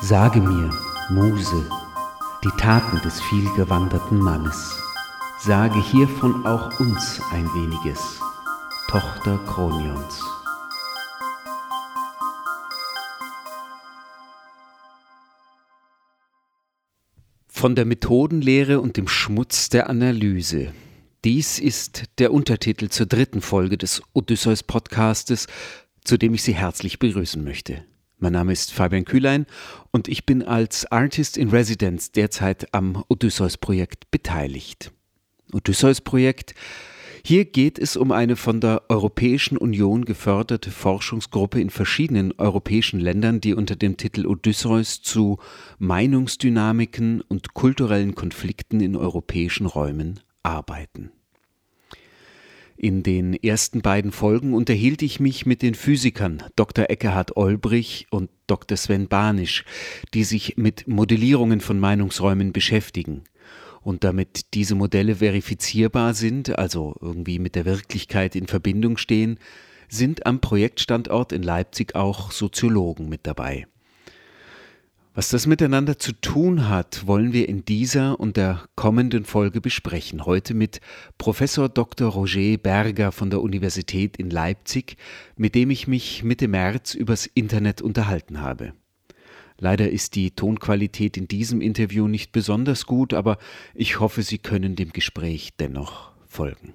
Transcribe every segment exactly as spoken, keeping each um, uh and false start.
Sage mir, Muse, die Taten des vielgewanderten Mannes. Sage hiervon auch uns ein weniges, Tochter Kronions. Von der Methodenlehre und dem Schmutz der Analyse. Dies ist der Untertitel zur dritten Folge des Odysseus-Podcastes, zu dem ich Sie herzlich begrüßen möchte. Mein Name ist Fabian Kühlein und ich bin als Artist in Residence derzeit am Odysseus-Projekt beteiligt. Odysseus-Projekt, hier geht es um eine von der Europäischen Union geförderte Forschungsgruppe in verschiedenen europäischen Ländern, die unter dem Titel Odysseus zu Meinungsdynamiken und kulturellen Konflikten in europäischen Räumen arbeiten. In den ersten beiden Folgen unterhielt ich mich mit den Physikern Doktor Ekkehard Olbrich und Doktor Sven Banisch, die sich mit Modellierungen von Meinungsräumen beschäftigen. Und damit diese Modelle verifizierbar sind, also irgendwie mit der Wirklichkeit in Verbindung stehen, sind am Projektstandort in Leipzig auch Soziologen mit dabei. Was das miteinander zu tun hat, wollen wir in dieser und der kommenden Folge besprechen. Heute mit Professor Doktor Roger Berger von der Universität in Leipzig, mit dem ich mich Mitte März übers Internet unterhalten habe. Leider ist die Tonqualität in diesem Interview nicht besonders gut, aber ich hoffe, Sie können dem Gespräch dennoch folgen.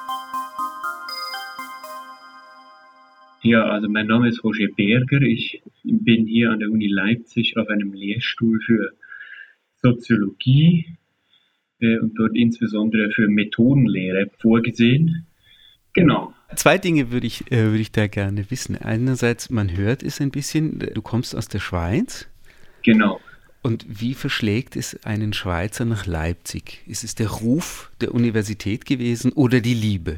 Ja, also mein Name ist Roger Berger. Ich bin hier an der Uni Leipzig auf einem Lehrstuhl für Soziologie äh, und dort insbesondere für Methodenlehre vorgesehen. Genau. Zwei Dinge würde ich, äh, würde ich da gerne wissen. Einerseits, man hört es ein bisschen, du kommst aus der Schweiz. Genau. Und wie verschlägt es einen Schweizer nach Leipzig? Ist es der Ruf der Universität gewesen oder die Liebe?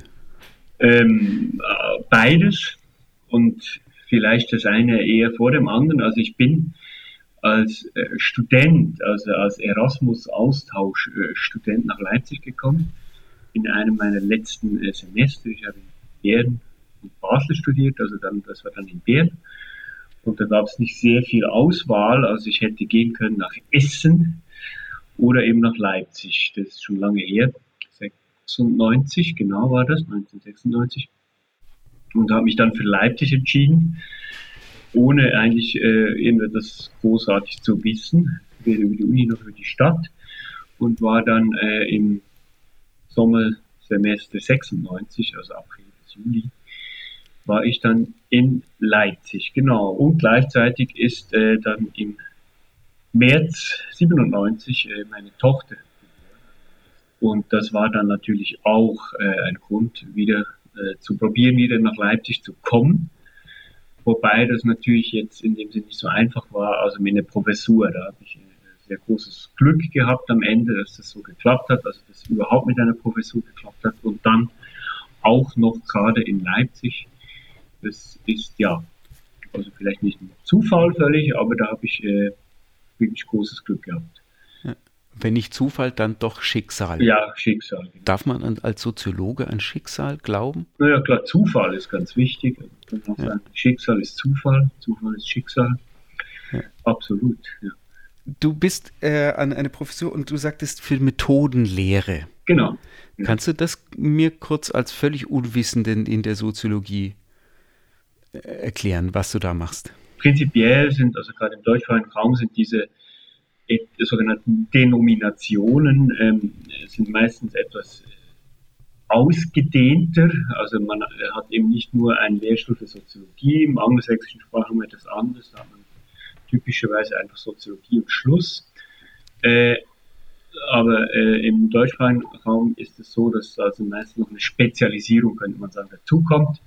Ähm, äh, beides. Und vielleicht das eine eher vor dem anderen. Also ich bin als äh, Student, also als Erasmus-Austauschstudent äh, nach Leipzig gekommen, in einem meiner letzten äh, Semester. Ich habe in Bern und Basel studiert, also dann, das war dann in Bern. Und da gab es nicht sehr viel Auswahl, also ich hätte gehen können nach Essen oder eben nach Leipzig. Das ist schon lange her, sechsundneunzig, genau war das, neunzehnhundertsechsundneunzig. Und habe mich dann für Leipzig entschieden, ohne eigentlich äh, irgendetwas großartig zu wissen, weder über die Uni noch über die Stadt. Und war dann äh, im Sommersemester sechsundneunzig, also April bis Juli, war ich dann in Leipzig, genau. Und gleichzeitig ist äh, dann im März siebenundneunzig äh, meine Tochter geboren. Und das war dann natürlich auch äh, ein Grund, wieder äh, zu probieren, wieder nach Leipzig zu kommen. Wobei das natürlich jetzt in dem Sinne nicht so einfach war, also mit einer Professur. Da habe ich ein sehr großes Glück gehabt am Ende, dass das so geklappt hat, also dass überhaupt mit einer Professur geklappt hat. Und dann auch noch gerade in Leipzig. Das ist ja, also vielleicht nicht ein Zufall völlig, aber da habe ich äh, wirklich großes Glück gehabt. Ja. Wenn nicht Zufall, dann doch Schicksal. Ja, Schicksal. Genau. Darf man an, als Soziologe an Schicksal glauben? Naja, klar, Zufall ist ganz wichtig. Man kann auch ja. sagen, Schicksal ist Zufall, Zufall ist Schicksal. Ja. Absolut, ja. Du bist äh, an eine Professur und du sagtest für Methodenlehre. Genau. Ja. Kannst du das mir kurz als völlig Unwissenden in der Soziologie erklären, was du da machst? Prinzipiell sind, also gerade im deutschsprachigen Raum sind diese äh, sogenannten Denominationen ähm, sind meistens etwas äh, ausgedehnter. Also man äh, hat eben nicht nur einen Lehrstuhl für Soziologie, im angelsächsischen Sprachraum etwas anderes, da hat man typischerweise einfach Soziologie und Schluss. Äh, aber äh, im deutschsprachigen Raum ist es so, dass also meistens noch eine Spezialisierung, könnte man sagen, dazukommt.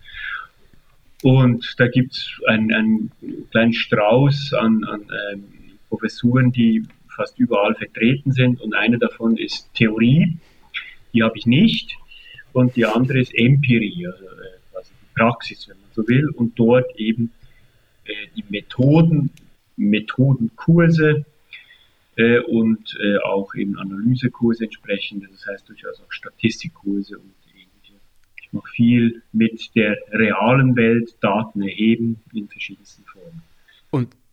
Und da gibt es einen, einen kleinen Strauß an, an ähm, Professuren, die fast überall vertreten sind. Und eine davon ist Theorie, die habe ich nicht. Und die andere ist Empirie, also, äh, also die Praxis, wenn man so will. Und dort eben äh, die Methoden, Methodenkurse äh, und äh, auch eben Analysekurse entsprechend. Das heißt durchaus auch Statistikkurse und noch viel mit der realen Welt Daten erheben in verschiedensten Formen. Und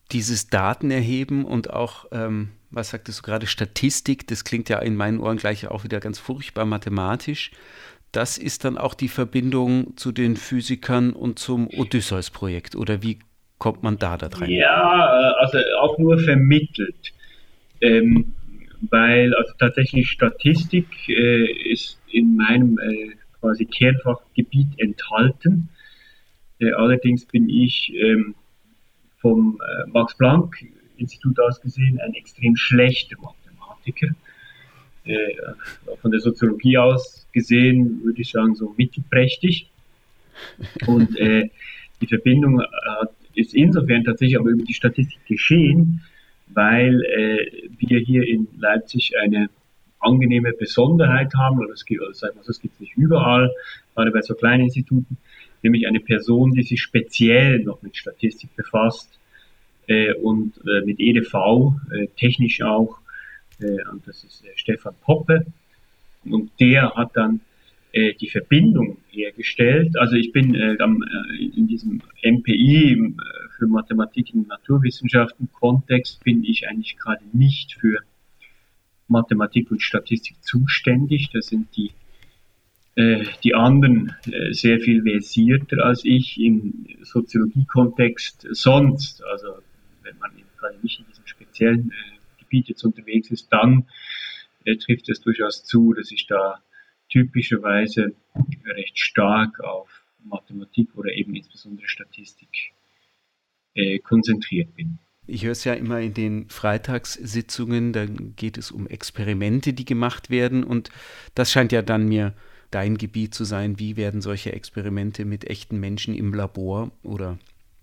dieses Datenerheben und auch, ähm, was sagtest du gerade, Statistik, das klingt ja in meinen Ohren gleich auch wieder ganz furchtbar mathematisch. Das ist dann auch die Verbindung zu den Physikern und zum Odysseus-Projekt, oder wie kommt man da da rein? Ja, also auch nur vermittelt. Ähm, weil also tatsächlich Statistik äh, ist in meinem äh, quasi Kernfachgebiet enthalten. Äh, allerdings bin ich ähm, vom äh, Max-Planck-Institut aus gesehen ein extrem schlechter Mathematiker. Äh, von der Soziologie aus gesehen würde ich sagen so mittelprächtig. Und äh, die Verbindung hat, ist insofern tatsächlich aber über die Statistik geschehen, weil äh, wir hier in Leipzig eine angenehme Besonderheit haben, oder es gibt, also das gibt es nicht überall, gerade bei so kleinen Instituten, nämlich eine Person, die sich speziell noch mit Statistik befasst äh, und äh, mit E D V, äh, technisch auch, äh, und das ist äh, Stefan Poppe, und der hat dann äh, die Verbindung hergestellt. Also ich bin äh, am, äh, in diesem M P I äh, für Mathematik und Naturwissenschaften Kontext bin ich eigentlich gerade nicht für Mathematik und Statistik zuständig. Da sind die äh, die anderen äh, sehr viel versierter als ich im Soziologie-Kontext sonst. Also wenn man eben gerade nicht in diesem speziellen äh, Gebiet jetzt unterwegs ist, dann äh, trifft es durchaus zu, dass ich da typischerweise recht stark auf Mathematik oder eben insbesondere Statistik äh, konzentriert bin. Ich höre es ja immer in den Freitagssitzungen, da geht es um Experimente, die gemacht werden, und das scheint ja dann mir dein Gebiet zu sein. Wie werden solche Experimente mit echten Menschen im Labor oder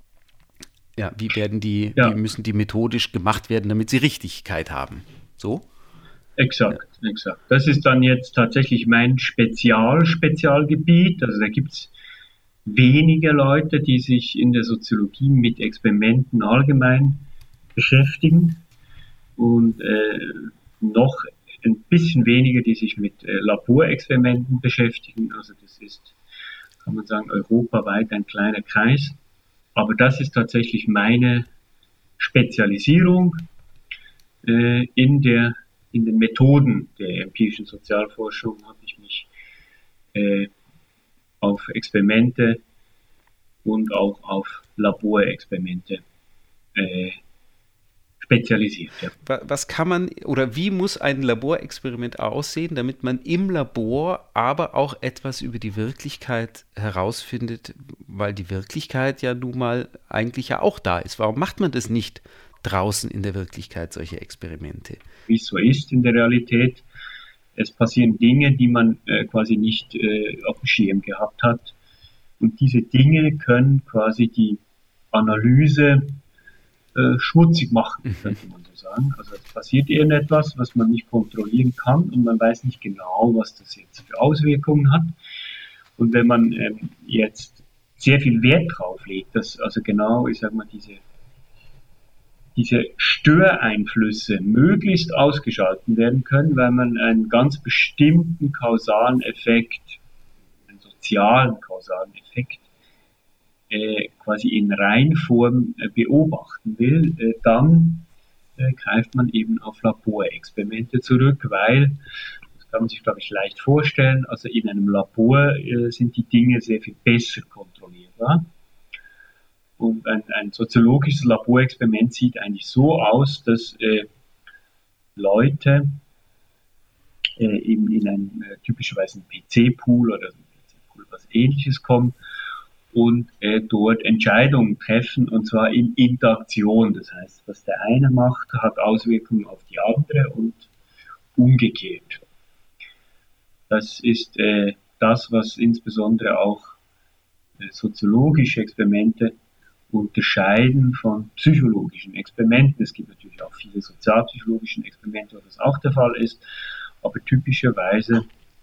ja, wie werden die, ja. wie müssen die methodisch gemacht werden, damit sie Richtigkeit haben? So? Exakt, ja. exakt. Das ist dann jetzt tatsächlich mein Spezial-Spezialgebiet. Also da gibt es wenige Leute, die sich in der Soziologie mit Experimenten allgemein beschäftigen und äh, noch ein bisschen weniger, die sich mit äh, Laborexperimenten beschäftigen. Also das ist, kann man sagen, europaweit ein kleiner Kreis. Aber das ist tatsächlich meine Spezialisierung äh, in der in den Methoden der empirischen Sozialforschung habe ich mich äh, auf Experimente und auch auf Laborexperimente äh, spezialisiert. Ja. Was kann man oder wie muss ein Laborexperiment aussehen, damit man im Labor aber auch etwas über die Wirklichkeit herausfindet, weil die Wirklichkeit ja nun mal eigentlich ja auch da ist. Warum macht man das nicht draußen in der Wirklichkeit, solche Experimente? Wie es so ist in der Realität, es passieren Dinge, die man äh, quasi nicht äh, auf dem Schirm gehabt hat. Und diese Dinge können quasi die Analyse äh, schmutzig machen, könnte man so sagen. Also es passiert irgendetwas, was man nicht kontrollieren kann und man weiß nicht genau, was das jetzt für Auswirkungen hat. Und wenn man ähm, jetzt sehr viel Wert drauf legt, dass also genau, ich sag mal, diese diese Störeinflüsse möglichst ausgeschalten werden können, weil man einen ganz bestimmten kausalen Effekt, einen sozialen kausalen Effekt, äh, quasi in Reinform äh, beobachten will, äh, dann äh, greift man eben auf Laborexperimente zurück, weil, das kann man sich, glaube ich, leicht vorstellen, also in einem Labor äh, sind die Dinge sehr viel besser kontrollierbar. Und ein, ein soziologisches Laborexperiment sieht eigentlich so aus, dass äh, Leute äh, eben in einen äh, typischerweise einen P C-Pool oder ein P C-Pool was Ähnliches kommen und äh, dort Entscheidungen treffen, und zwar in Interaktion. Das heißt, was der eine macht, hat Auswirkungen auf die andere und umgekehrt. Das ist äh, das, was insbesondere auch äh, soziologische Experimente unterscheiden von psychologischen Experimenten. Es gibt natürlich auch viele sozialpsychologische Experimente, wo das auch der Fall ist, aber typischerweise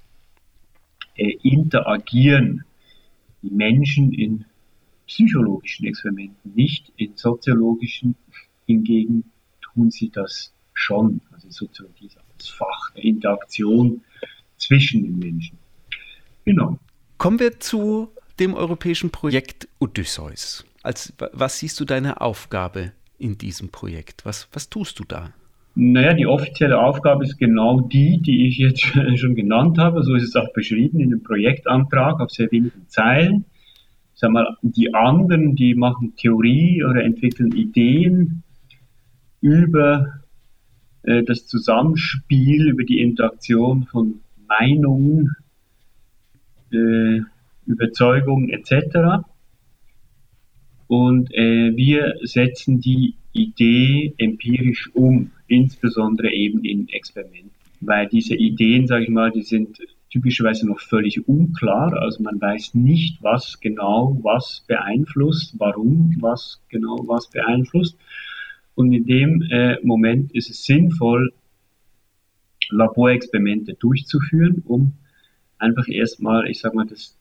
äh, interagieren die Menschen in psychologischen Experimenten nicht, in soziologischen hingegen tun sie das schon. Also Soziologie ist auch das Fach der Interaktion zwischen den Menschen. Genau. Kommen wir zu dem europäischen Projekt Odysseus. Als, was siehst du deine Aufgabe in diesem Projekt? Was, was tust du da? Naja, die offizielle Aufgabe ist genau die, die ich jetzt schon genannt habe. So ist es auch beschrieben in dem Projektantrag auf sehr wenigen Zeilen. Sag mal, die anderen, die machen Theorie oder entwickeln Ideen über äh, das Zusammenspiel, über die Interaktion von Meinungen, äh, Überzeugungen et cetera. Und äh, wir setzen die Idee empirisch um, insbesondere eben in Experimenten. Weil diese Ideen, sage ich mal, die sind typischerweise noch völlig unklar. Also man weiß nicht, was genau was beeinflusst, warum was genau was beeinflusst. Und in dem äh, Moment ist es sinnvoll, Laborexperimente durchzuführen, um einfach erstmal, ich sag mal, das,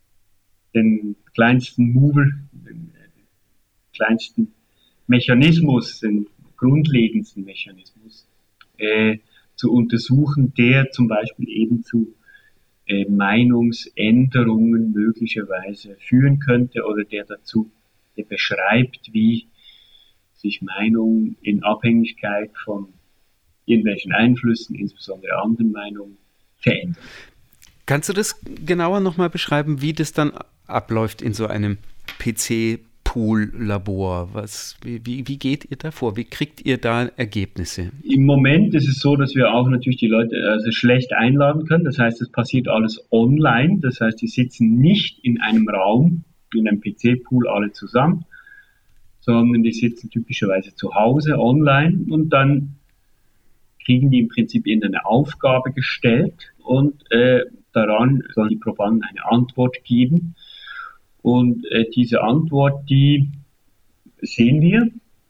den kleinsten Mover, den kleinsten Mechanismus, den grundlegendsten Mechanismus äh, zu untersuchen, der zum Beispiel eben zu äh, Meinungsänderungen möglicherweise führen könnte oder der dazu der beschreibt, wie sich Meinungen in Abhängigkeit von irgendwelchen Einflüssen, insbesondere anderen Meinungen, verändern. Kannst du das genauer nochmal beschreiben, wie das dann abläuft in so einem P C-Pool-Labor? Was, wie, wie geht ihr da vor? Wie kriegt ihr da Ergebnisse? Im Moment ist es so, dass wir auch natürlich die Leute also schlecht einladen können. Das heißt, es passiert alles online. Das heißt, die sitzen nicht in einem Raum, in einem P C-Pool alle zusammen, sondern die sitzen typischerweise zu Hause online und dann kriegen die im Prinzip irgendeine Aufgabe gestellt und äh, daran sollen die Probanden eine Antwort geben. Und äh, diese Antwort, die sehen wir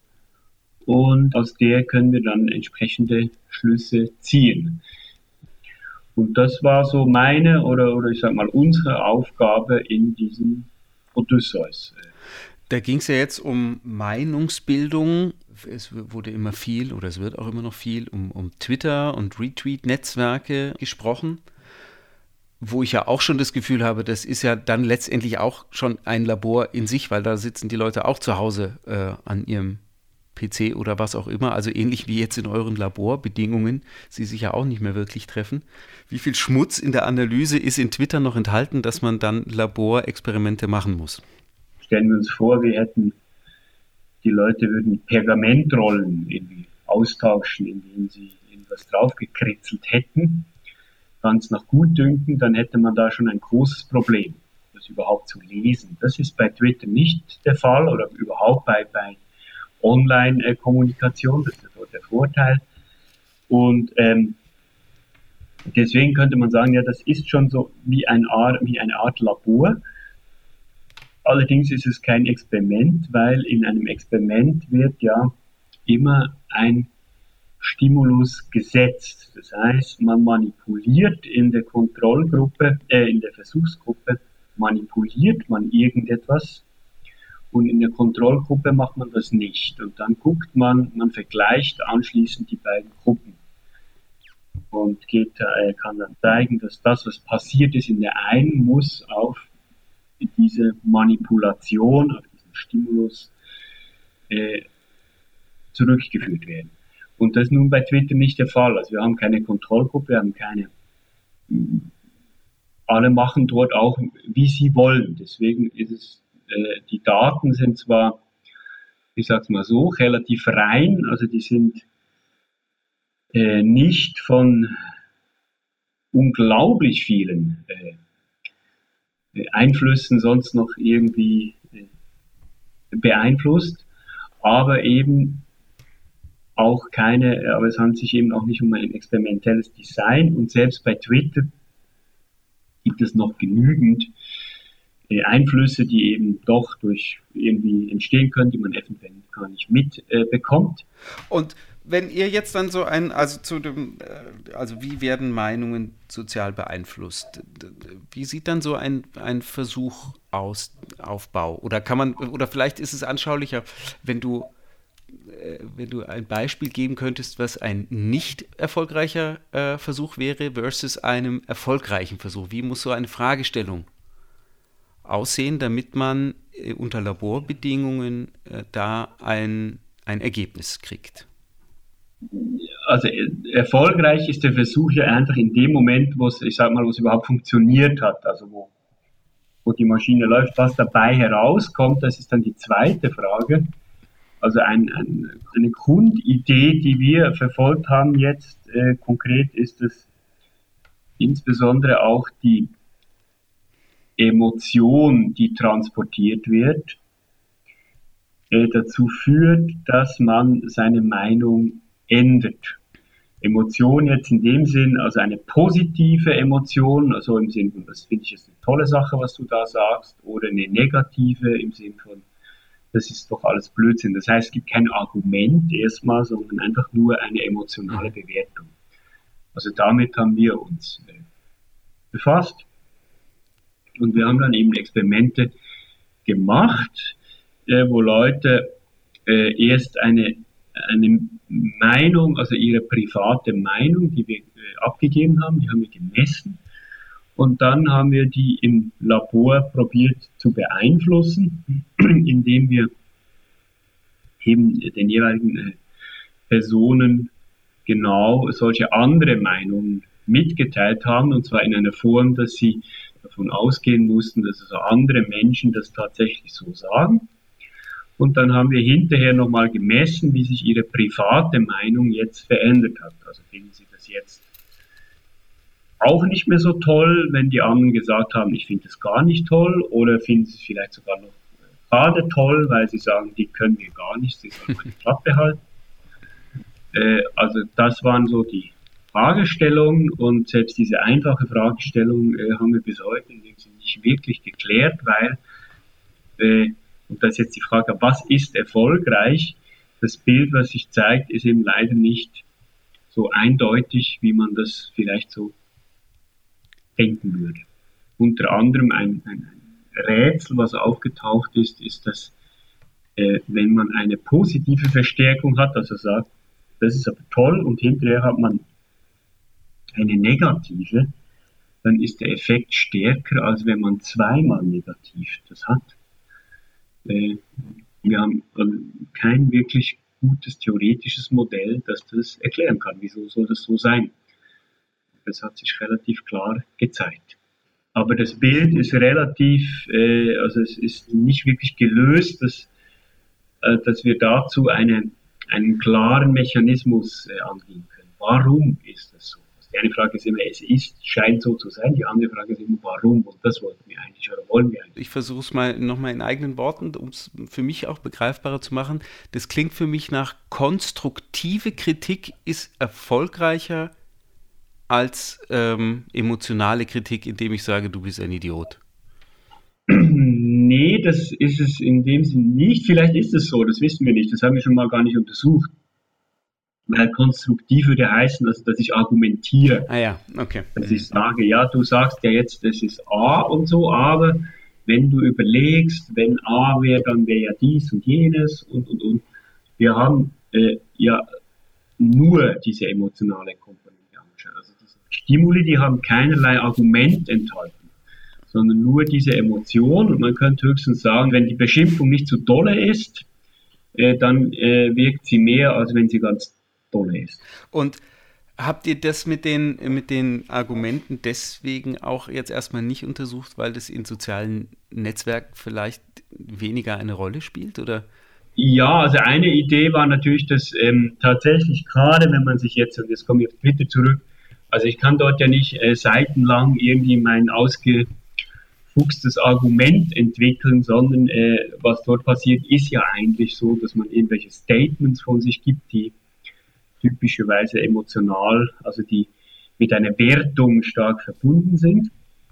und aus der können wir dann entsprechende Schlüsse ziehen. Und das war so meine oder, oder ich sag mal unsere Aufgabe in diesem Odysseus. Da ging es ja jetzt um Meinungsbildung. Es wurde immer viel oder es wird auch immer noch viel um, um Twitter und Retweet-Netzwerke gesprochen, wo ich ja auch schon das Gefühl habe, das ist ja dann letztendlich auch schon ein Labor in sich, weil da sitzen die Leute auch zu Hause äh, an ihrem P C oder was auch immer, also ähnlich wie jetzt in euren Laborbedingungen, sie sich ja auch nicht mehr wirklich treffen. Wie viel Schmutz in der Analyse ist in Twitter noch enthalten, dass man dann Laborexperimente machen muss? Stellen wir uns vor, wir hätten, die Leute würden Pergamentrollen irgendwie austauschen, indem sie irgendwas draufgekritzelt hätten, ganz nach Gutdünken, dann hätte man da schon ein großes Problem, das überhaupt zu lesen. Das ist bei Twitter nicht der Fall oder überhaupt bei, bei Online-Kommunikation, das ist der Vorteil. Und ähm, deswegen könnte man sagen, ja, das ist schon so wie, ein Art, wie eine Art Labor. Allerdings ist es kein Experiment, weil in einem Experiment wird ja immer ein Stimulus gesetzt. Das heißt, man manipuliert in der Kontrollgruppe, äh, in der Versuchsgruppe, manipuliert man irgendetwas und in der Kontrollgruppe macht man das nicht. Und dann guckt man, man vergleicht anschließend die beiden Gruppen und geht, äh, kann dann zeigen, dass das, was passiert ist in der einen, muss auf diese Manipulation, auf diesen Stimulus äh, zurückgeführt werden. Und das ist nun bei Twitter nicht der Fall. Also wir haben keine Kontrollgruppe, wir haben keine, alle machen dort auch, wie sie wollen. Deswegen ist es, äh, die Daten sind zwar, ich sag's mal so, relativ rein, also die sind äh, nicht von unglaublich vielen äh, Einflüssen sonst noch irgendwie beeinflusst, aber eben auch keine, aber es handelt sich eben auch nicht um ein experimentelles Design und selbst bei Twitter gibt es noch genügend Einflüsse, die eben doch durch irgendwie entstehen können, die man eventuell gar nicht mitbekommt. Und wenn ihr jetzt dann so ein, also zu dem, also wie werden Meinungen sozial beeinflusst? Wie sieht dann so ein, ein Versuch aus, Aufbau? Oder kann man, oder vielleicht ist es anschaulicher, wenn du, wenn du ein Beispiel geben könntest, was ein nicht erfolgreicher äh, Versuch wäre versus einem erfolgreichen Versuch. Wie muss so eine Fragestellung aussehen, damit man äh, unter Laborbedingungen äh, da ein ein Ergebnis kriegt. Also erfolgreich ist der Versuch ja einfach in dem Moment, wo es, ich sag mal, wo es überhaupt funktioniert hat, also wo, wo die Maschine läuft, was dabei herauskommt, das ist dann die zweite Frage. Also ein, ein, eine Grundidee, die wir verfolgt haben jetzt äh, konkret, ist es insbesondere auch die Emotion, die transportiert wird, äh, dazu führt, dass man seine Meinung ändert. Emotion jetzt in dem Sinn, also eine positive Emotion, also im Sinn von, das finde ich jetzt eine tolle Sache, was du da sagst, oder eine negative im Sinn von, das ist doch alles Blödsinn. Das heißt, es gibt kein Argument erstmal, sondern einfach nur eine emotionale Bewertung. Also damit haben wir uns äh, befasst und wir haben dann eben Experimente gemacht, äh, wo Leute äh, erst eine, eine Meinung, also ihre private Meinung, die wir äh, abgegeben haben, die haben wir gemessen und dann haben wir die im Labor probiert zu beeinflussen, indem wir eben den jeweiligen äh, Personen genau solche andere Meinungen mitgeteilt haben, und zwar in einer Form, dass sie davon ausgehen mussten, dass also andere Menschen das tatsächlich so sagen. Und dann haben wir hinterher nochmal gemessen, wie sich ihre private Meinung jetzt verändert hat. Also finden sie das jetzt auch nicht mehr so toll, wenn die anderen gesagt haben, ich finde das gar nicht toll, oder finden sie es vielleicht sogar noch gerade toll, weil sie sagen, die können wir gar nicht, sie sollen mal die Klappe halten. Äh, also das waren so die Fragestellungen, und selbst diese einfache Fragestellung äh, haben wir bis heute in dem Sinne nicht wirklich geklärt, weil, äh, und das ist jetzt die Frage, was ist erfolgreich? Das Bild, was sich zeigt, ist eben leider nicht so eindeutig, wie man das vielleicht so denken würde. Unter anderem ein, ein, ein Rätsel, was aufgetaucht ist, ist, dass äh, wenn man eine positive Verstärkung hat, also sagt, das ist aber toll, und hinterher hat man eine negative, dann ist der Effekt stärker, als wenn man zweimal negativ das hat. Äh, wir haben also kein wirklich gutes theoretisches Modell, das das erklären kann. Wieso soll das so sein? Das hat sich relativ klar gezeigt. Aber das Bild ist relativ, äh, also es ist nicht wirklich gelöst, dass, äh, dass wir dazu eine, einen klaren Mechanismus äh, angehen können. Warum ist das so? Die eine Frage ist immer, es ist, scheint so zu sein. Die andere Frage ist immer, warum? Und das wollten wir eigentlich oder wollen wir eigentlich. Ich versuche es mal nochmal in eigenen Worten, um es für mich auch begreifbarer zu machen. Das klingt für mich nach, konstruktive Kritik ist erfolgreicher als ähm, emotionale Kritik, indem ich sage, du bist ein Idiot. Nee, das ist es in dem Sinne nicht. Vielleicht ist es so, das wissen wir nicht. Das haben wir schon mal gar nicht untersucht. Weil konstruktiv würde heißen, also, dass ich argumentiere. Ah ja, okay. Dass ich sage, ja, du sagst ja jetzt, das ist A und so, aber wenn du überlegst, wenn A wäre, dann wäre ja dies und jenes und, und, und. Wir haben äh, ja nur diese emotionale Komponente angeschaut. Also diese Stimuli, die haben keinerlei Argument enthalten, sondern nur diese Emotion. Und man könnte höchstens sagen, wenn die Beschimpfung nicht zu dolle ist, äh, dann äh, wirkt sie mehr, als wenn sie ganz dolle ist. Und habt ihr das mit den, mit den Argumenten deswegen auch jetzt erstmal nicht untersucht, weil das in sozialen Netzwerken vielleicht weniger eine Rolle spielt, oder? Ja, also eine Idee war natürlich, dass ähm, tatsächlich gerade, wenn man sich jetzt, und jetzt komme ich auf Twitter zurück, also ich kann dort ja nicht äh, seitenlang irgendwie mein ausgefuchstes Argument entwickeln, sondern äh, was dort passiert, ist ja eigentlich so, dass man irgendwelche Statements von sich gibt, die typischerweise emotional, also die mit einer Wertung stark verbunden sind.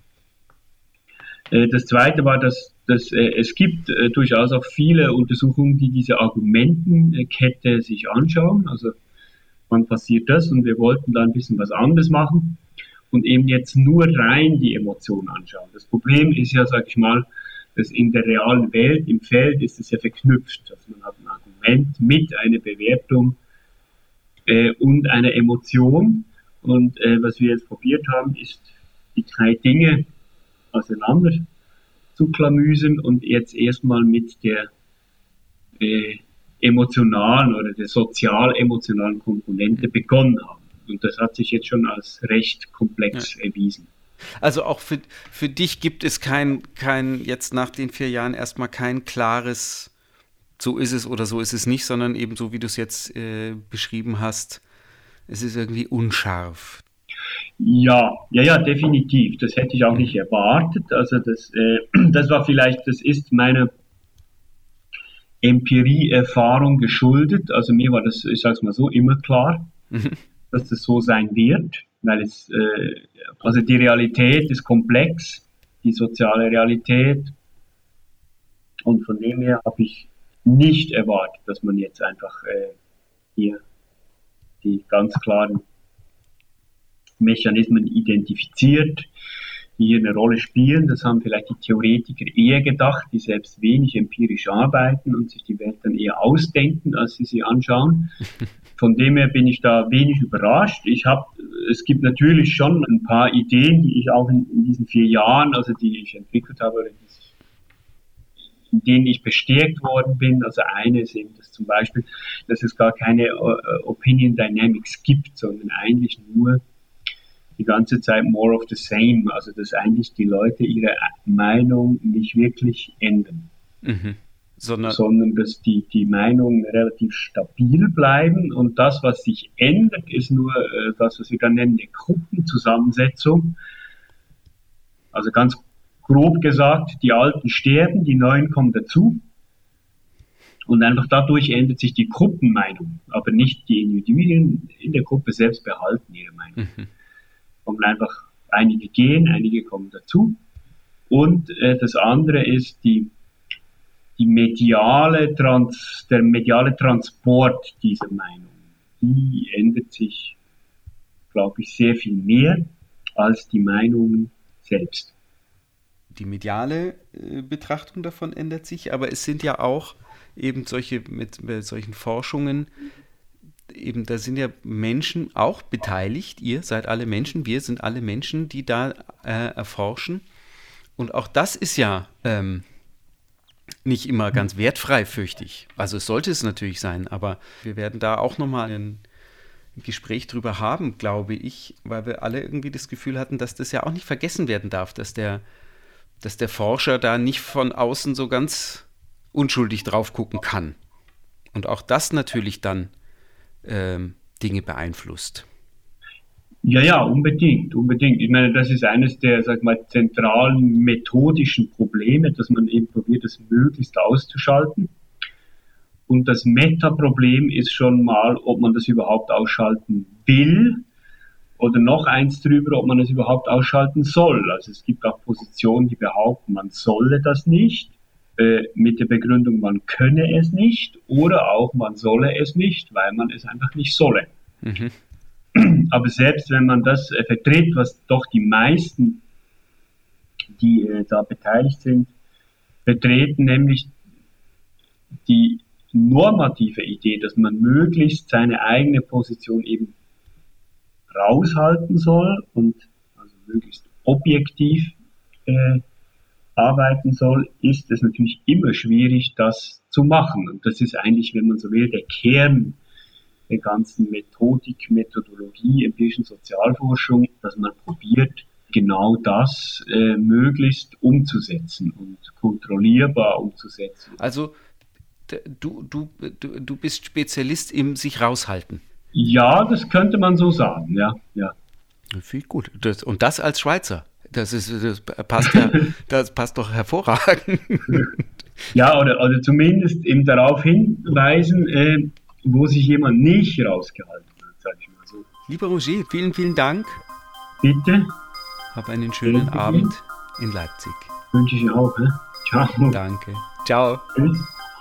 Äh, das Zweite war, dass, dass äh, es gibt äh, durchaus auch viele Untersuchungen, die diese Argumentenkette sich anschauen. Also wann passiert das? Und wir wollten da ein bisschen was anderes machen und eben jetzt nur rein die Emotionen anschauen. Das Problem ist ja, sag ich mal, dass in der realen Welt, im Feld, ist es ja verknüpft. Also man hat ein Argument mit einer Bewertung Äh, und eine Emotion. Und äh, was wir jetzt probiert haben, ist, die drei Dinge auseinander zu klamüsern und jetzt erstmal mit der äh, emotionalen oder der sozial-emotionalen Komponente begonnen haben. Und das hat sich jetzt schon als recht komplex ja. erwiesen. Also auch für, für dich gibt es kein, kein, jetzt nach den vier Jahren erstmal kein klares, so ist es oder so ist es nicht, sondern eben so, wie du es jetzt äh, beschrieben hast, es ist irgendwie unscharf. Ja, ja, ja, definitiv. Das hätte ich auch nicht erwartet. Also das, äh, das war vielleicht, das ist meine Empirie-Erfahrung geschuldet. Also mir war das, ich sag's mal so, immer klar, mhm. dass das so sein wird, weil es, äh, also die Realität ist komplex, die soziale Realität, und von dem her habe ich nicht erwartet, dass man jetzt einfach äh, hier die ganz klaren Mechanismen identifiziert, die hier eine Rolle spielen. Das haben vielleicht die Theoretiker eher gedacht, die selbst wenig empirisch arbeiten und sich die Welt dann eher ausdenken, als sie sie anschauen. Von dem her bin ich da wenig überrascht. Ich habe, es gibt natürlich schon ein paar Ideen, die ich auch in, in diesen vier Jahren, also die ich entwickelt habe, oder die, in denen ich bestärkt worden bin. Also eine ist eben das zum Beispiel, dass es gar keine uh, Opinion Dynamics gibt, sondern eigentlich nur die ganze Zeit more of the same, also dass eigentlich die Leute ihre Meinung nicht wirklich ändern, mhm. sondern, sondern dass die, die Meinungen relativ stabil bleiben, und das, was sich ändert, ist nur äh, das, was wir dann nennen, eine Gruppenzusammensetzung. Also ganz grob gesagt, die Alten sterben, die Neuen kommen dazu, und einfach dadurch ändert sich die Gruppenmeinung, aber nicht die Individuen in der Gruppe selbst behalten ihre Meinung. Mhm. Kommen einfach, einige gehen, einige kommen dazu. Und äh, das andere ist die, die mediale Trans, der mediale Transport dieser Meinung. Die ändert sich, glaube ich, sehr viel mehr als die Meinung selbst. Die mediale äh, Betrachtung davon ändert sich, aber es sind ja auch eben solche, mit, mit solchen Forschungen, eben, da sind ja Menschen auch beteiligt. Ihr seid alle Menschen, wir sind alle Menschen, die da äh, erforschen. Und auch das ist ja ähm, nicht immer ganz wertfrei, fürchte ich. Also es sollte es natürlich sein, aber wir werden da auch nochmal ein Gespräch drüber haben, glaube ich, weil wir alle irgendwie das Gefühl hatten, dass das ja auch nicht vergessen werden darf, dass der, dass der Forscher da nicht von außen so ganz unschuldig drauf gucken kann. Und auch das natürlich dann Ähm, Dinge beeinflusst. Ja, ja, unbedingt, unbedingt. Ich meine, das ist eines der, sag mal, zentralen methodischen Probleme, dass man eben probiert, das möglichst auszuschalten. Und das Metaproblem ist schon mal, ob man das überhaupt ausschalten will, oder noch eins drüber, ob man es überhaupt ausschalten soll. Also es gibt auch Positionen, die behaupten, man solle das nicht, mit der Begründung, man könne es nicht, oder auch man solle es nicht, weil man es einfach nicht solle. Mhm. Aber selbst wenn man das äh, vertritt, was doch die meisten, die äh, da beteiligt sind, vertreten, nämlich die normative Idee, dass man möglichst seine eigene Position eben raushalten soll und also möglichst objektiv äh, arbeiten soll, ist es natürlich immer schwierig, das zu machen. Und das ist eigentlich, wenn man so will, der Kern der ganzen Methodik, Methodologie, empirischen Sozialforschung, dass man probiert, genau das äh, möglichst umzusetzen und kontrollierbar umzusetzen. Also du, du, du, du bist Spezialist im sich raushalten. Ja, das könnte man so sagen, ja. ja. Viel gut. Das, und das als Schweizer. Das ist, das passt ja, das passt doch hervorragend. Ja, oder, oder zumindest eben darauf hinweisen, äh, wo sich jemand nicht rausgehalten hat, sage ich mal so. Lieber Roger, vielen, vielen Dank. Bitte. Hab einen schönen Bitte. Abend in Leipzig. Wünsche ich auch. Ne? Ciao. Danke. Ciao. Tschüss.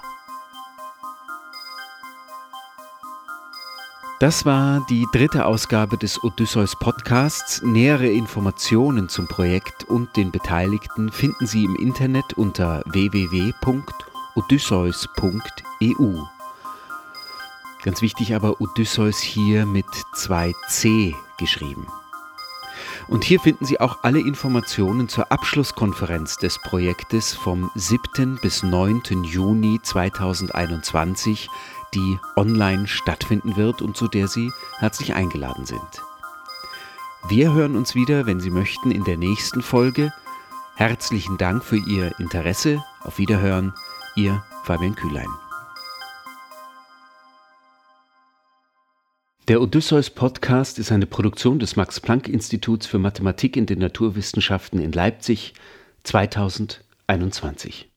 Das war die dritte Ausgabe des Odysseus Podcasts. Nähere Informationen zum Projekt und den Beteiligten finden Sie im Internet unter w w w punkt odysseus punkt e u. Ganz wichtig aber, Odysseus hier mit zwei C geschrieben. Und hier finden Sie auch alle Informationen zur Abschlusskonferenz des Projektes vom siebten bis neunten Juni zweitausendeinundzwanzig, die online stattfinden wird und zu der Sie herzlich eingeladen sind. Wir hören uns wieder, wenn Sie möchten, in der nächsten Folge. Herzlichen Dank für Ihr Interesse. Auf Wiederhören, Ihr Fabian Kühlein. Der Odysseus-Podcast ist eine Produktion des Max-Planck-Instituts für Mathematik in den Naturwissenschaften in Leipzig zweitausendeinundzwanzig.